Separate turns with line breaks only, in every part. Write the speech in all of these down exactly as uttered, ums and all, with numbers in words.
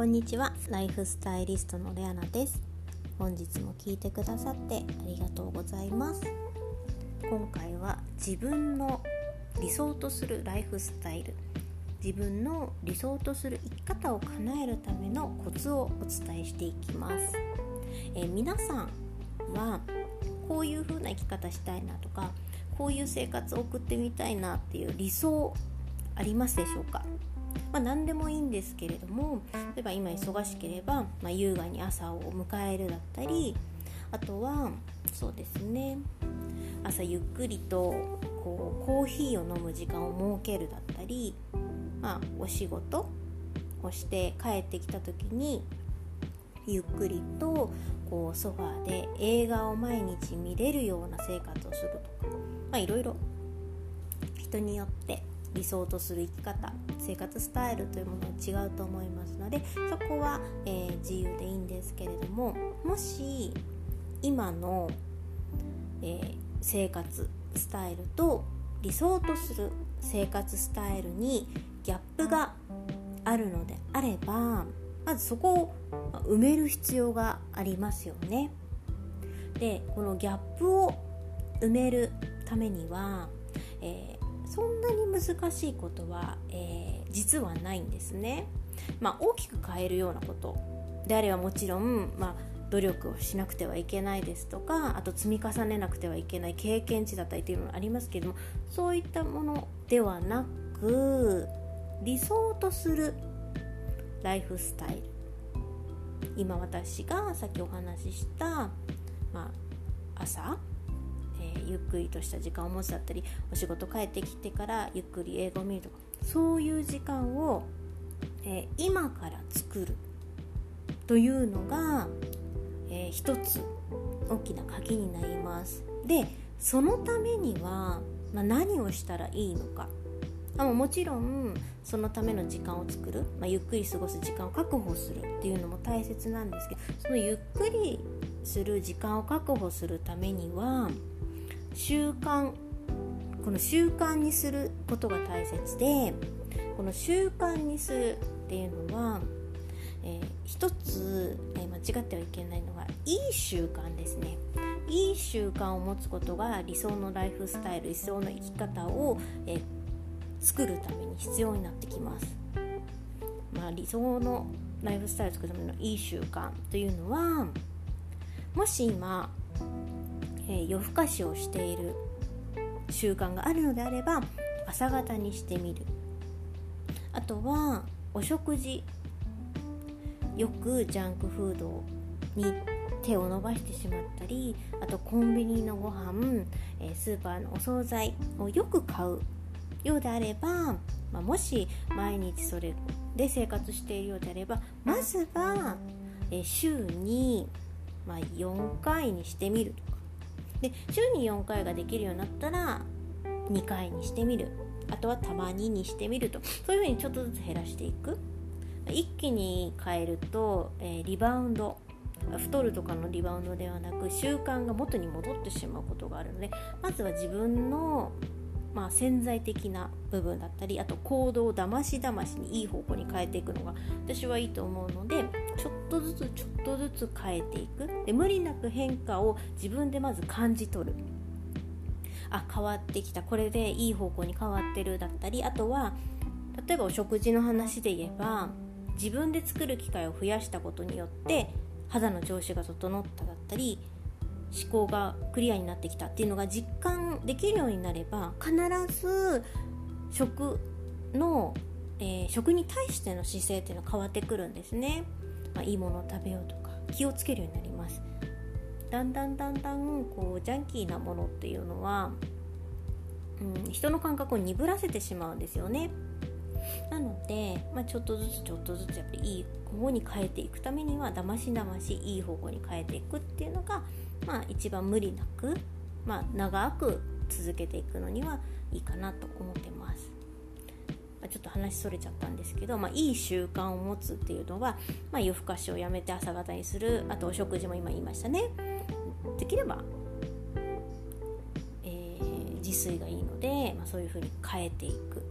こんにちは。ライフスタイリストのレアナです。本日も聞いてくださってありがとうございます。今回は自分の理想とするライフスタイル、自分の理想とする生き方を叶えるためのコツをお伝えしていきます。えー、皆さんはこういう風な生き方したいなとか、こういう生活を送ってみたいなっていう理想ありますでしょうか？まあ、何でもいいんですけれども、例えば今忙しければ、まあ、優雅に朝を迎えるだったり、あとはそうですね、朝ゆっくりとこうコーヒーを飲む時間を設けるだったり、まあ、お仕事をして帰ってきた時にゆっくりとこうソファーで映画を毎日見れるような生活をするとか、まあ、いろいろ人によって理想とする生き方、生活スタイルというものは違うと思いますので、そこは、えー、自由でいいんですけれども、もし今の、えー、生活スタイルと理想とする生活スタイルにギャップがあるのであれば、まずそこを埋める必要がありますよね。で、このギャップを埋めるためには、えーそんなに難しいことは、えー、実はないんですね。まあ、大きく変えるようなことであればもちろん、まあ、努力をしなくてはいけないですとか、あと積み重ねなくてはいけない経験値だったりというのがありますけれども、そういったものではなく、理想とするライフスタイル、今私がさっきお話しした、まあ、朝えー、ゆっくりとした時間を持つだったり、お仕事帰ってきてからゆっくり映画を見るとか、そういう時間を、えー、今から作るというのが、えー、一つ大きな鍵になります。で、そのためには、まあ、何をしたらいいのか、あもちろんそのための時間を作る、まあ、ゆっくり過ごす時間を確保するっていうのも大切なんですけど、そのゆっくりする時間を確保するためには習慣、この習慣にすることが大切で、この習慣にするっていうのは、えー、一つ、えー、間違ってはいけないのがいい習慣ですね。いい習慣を持つことが理想のライフスタイル、理想の生き方を、えー、作るために必要になってきます。まあ、理想のライフスタイルを作るためのいい習慣というのは、もし今えー、夜更かしをしている習慣があるのであれば、朝方にしてみる。あとはお食事、よくジャンクフードに手を伸ばしてしまったり、あとコンビニのご飯、えー、スーパーのお惣菜をよく買うようであれば、まあ、もし毎日それで生活しているようであれば、まずは、えー、週に、まあ、よんかいにしてみるとか、で週によんかいができるようになったらにかいにしてみる、あとはたまににしてみると、そういうふうにちょっとずつ減らしていく。一気に変えると、えー、リバウンド、太るとかのリバウンドではなく、習慣が元に戻ってしまうことがあるので、まずは自分の、まあ、潜在的な部分だったり、あと行動をだましだましにいい方向に変えていくのが私はいいと思うので、ちょっとずつちょっとずつ変えていく。で、無理なく変化を自分でまず感じ取る。あ、変わってきた、これでいい方向に変わってるだったり、あとは例えばお食事の話で言えば、自分で作る機会を増やしたことによって肌の調子が整っただったり、思考がクリアになってきたっていうのが実感できるようになれば、必ず食の、えー、食に対しての姿勢っていうのは変わってくるんですね。まあ、いいものを食べようとか気をつけるようになります。だんだんだんだんこうジャンキーなものっていうのは、うん、人の感覚を鈍らせてしまうんですよね。なので、まあ、ちょっとずつちょっとずつやっぱりいい方に変えていくためには、だましだましいい方向に変えていくっていうのが、まあ、一番無理なく、まあ、長く続けていくのにはいいかなと思ってます。まあ、ちょっと話それちゃったんですけど、まあ、いい習慣を持つっていうのは、まあ、夜更かしをやめて朝方にする、あとお食事も今言いましたね。できれば、えー、自炊がいいので、まあ、そういう風に変えていく。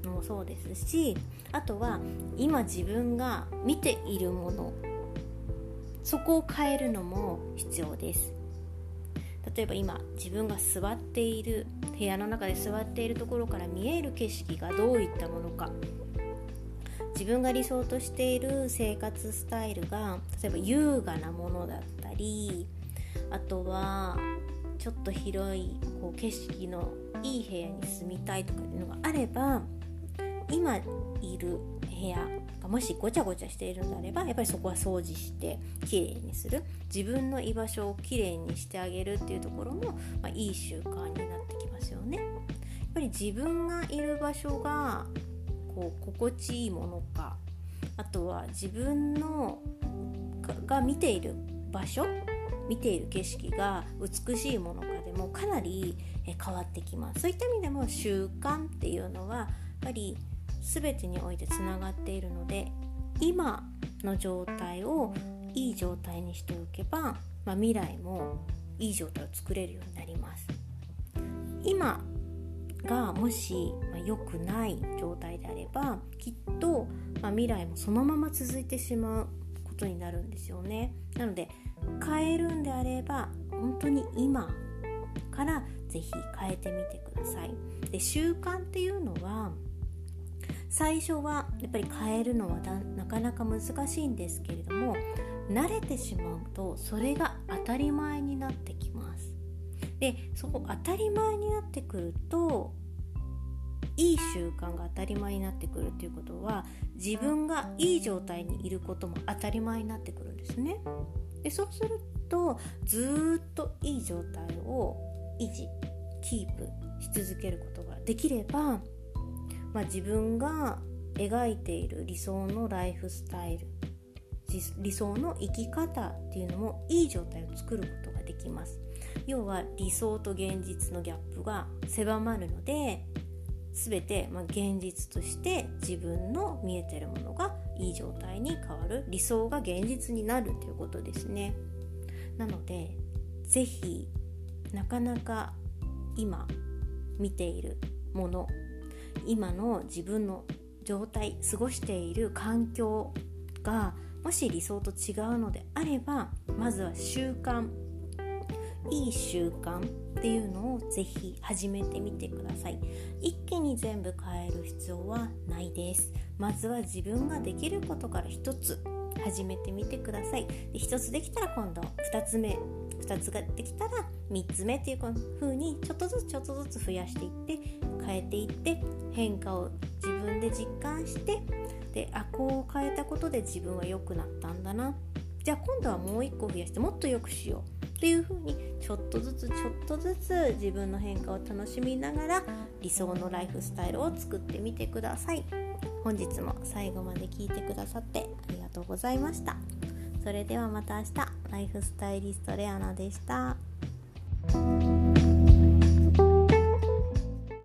のもそうですし、あとは今自分が見ているもの、そこを変えるのも必要です。例えば今自分が座っている部屋の中で座っているところから見える景色がどういったものか、自分が理想としている生活スタイルが例えば優雅なものだったり、あとはちょっと広いこう景色のいい部屋に住みたいとかっていうのがあれば、今いる部屋がもしごちゃごちゃしているのであれば、やっぱりそこは掃除してきれいにする、自分の居場所をきれいにしてあげるっていうところも、まあ、いい習慣になってきますよね。やっぱり自分がいる場所がこう心地いいものか、あとは自分のが見ている場所、見ている景色が美しいものかでもかなり変わってきます。そういった意味でも習慣っていうのはやっぱり全てにおいてつながっているので、今の状態をいい状態にしておけば、まあ、未来もいい状態を作れるようになります。今がもし、まあ、良くない状態であれば、きっと、まあ、未来もそのまま続いてしまうことになるんですよね。なので変えるんであれば本当に今からぜひ変えてみてください。で、習慣っていうのは最初はやっぱり変えるのはだなかなか難しいんですけれども、慣れてしまうとそれが当たり前になってきます。で、そこ当たり前になってくると、いい習慣が当たり前になってくるということは、自分がいい状態にいることも当たり前になってくるんですね。で、そうするとずっといい状態を維持キープし続けることができれば、まあ、自分が描いている理想のライフスタイル、理想の生き方っていうのもいい状態を作ることができます。要は理想と現実のギャップが狭まるので、全てまあ現実として自分の見えているものがいい状態に変わる、理想が現実になるということですね。なのでぜひ、なかなか今見ているもの、今の自分の状態、過ごしている環境がもし理想と違うのであれば、まずは習慣、いい習慣っていうのをぜひ始めてみてください。一気に全部変える必要はないです。まずは自分ができることから一つ始めてみてください。で、一つできたら今度二つ目、二つができたら三つ目っていう風にちょっとずつちょっとずつ増やしていって変えていって、変化を自分で実感して、で、あ、こう変えたことで自分は良くなったんだな、じゃあ今度はもう一個増やしてもっと良くしようっていう風にちょっとずつちょっとずつ自分の変化を楽しみながら理想のライフスタイルを作ってみてください。本日も最後まで聞いてくださってありがとうございました。それではまた明日。ライフスタイリストレアナでした。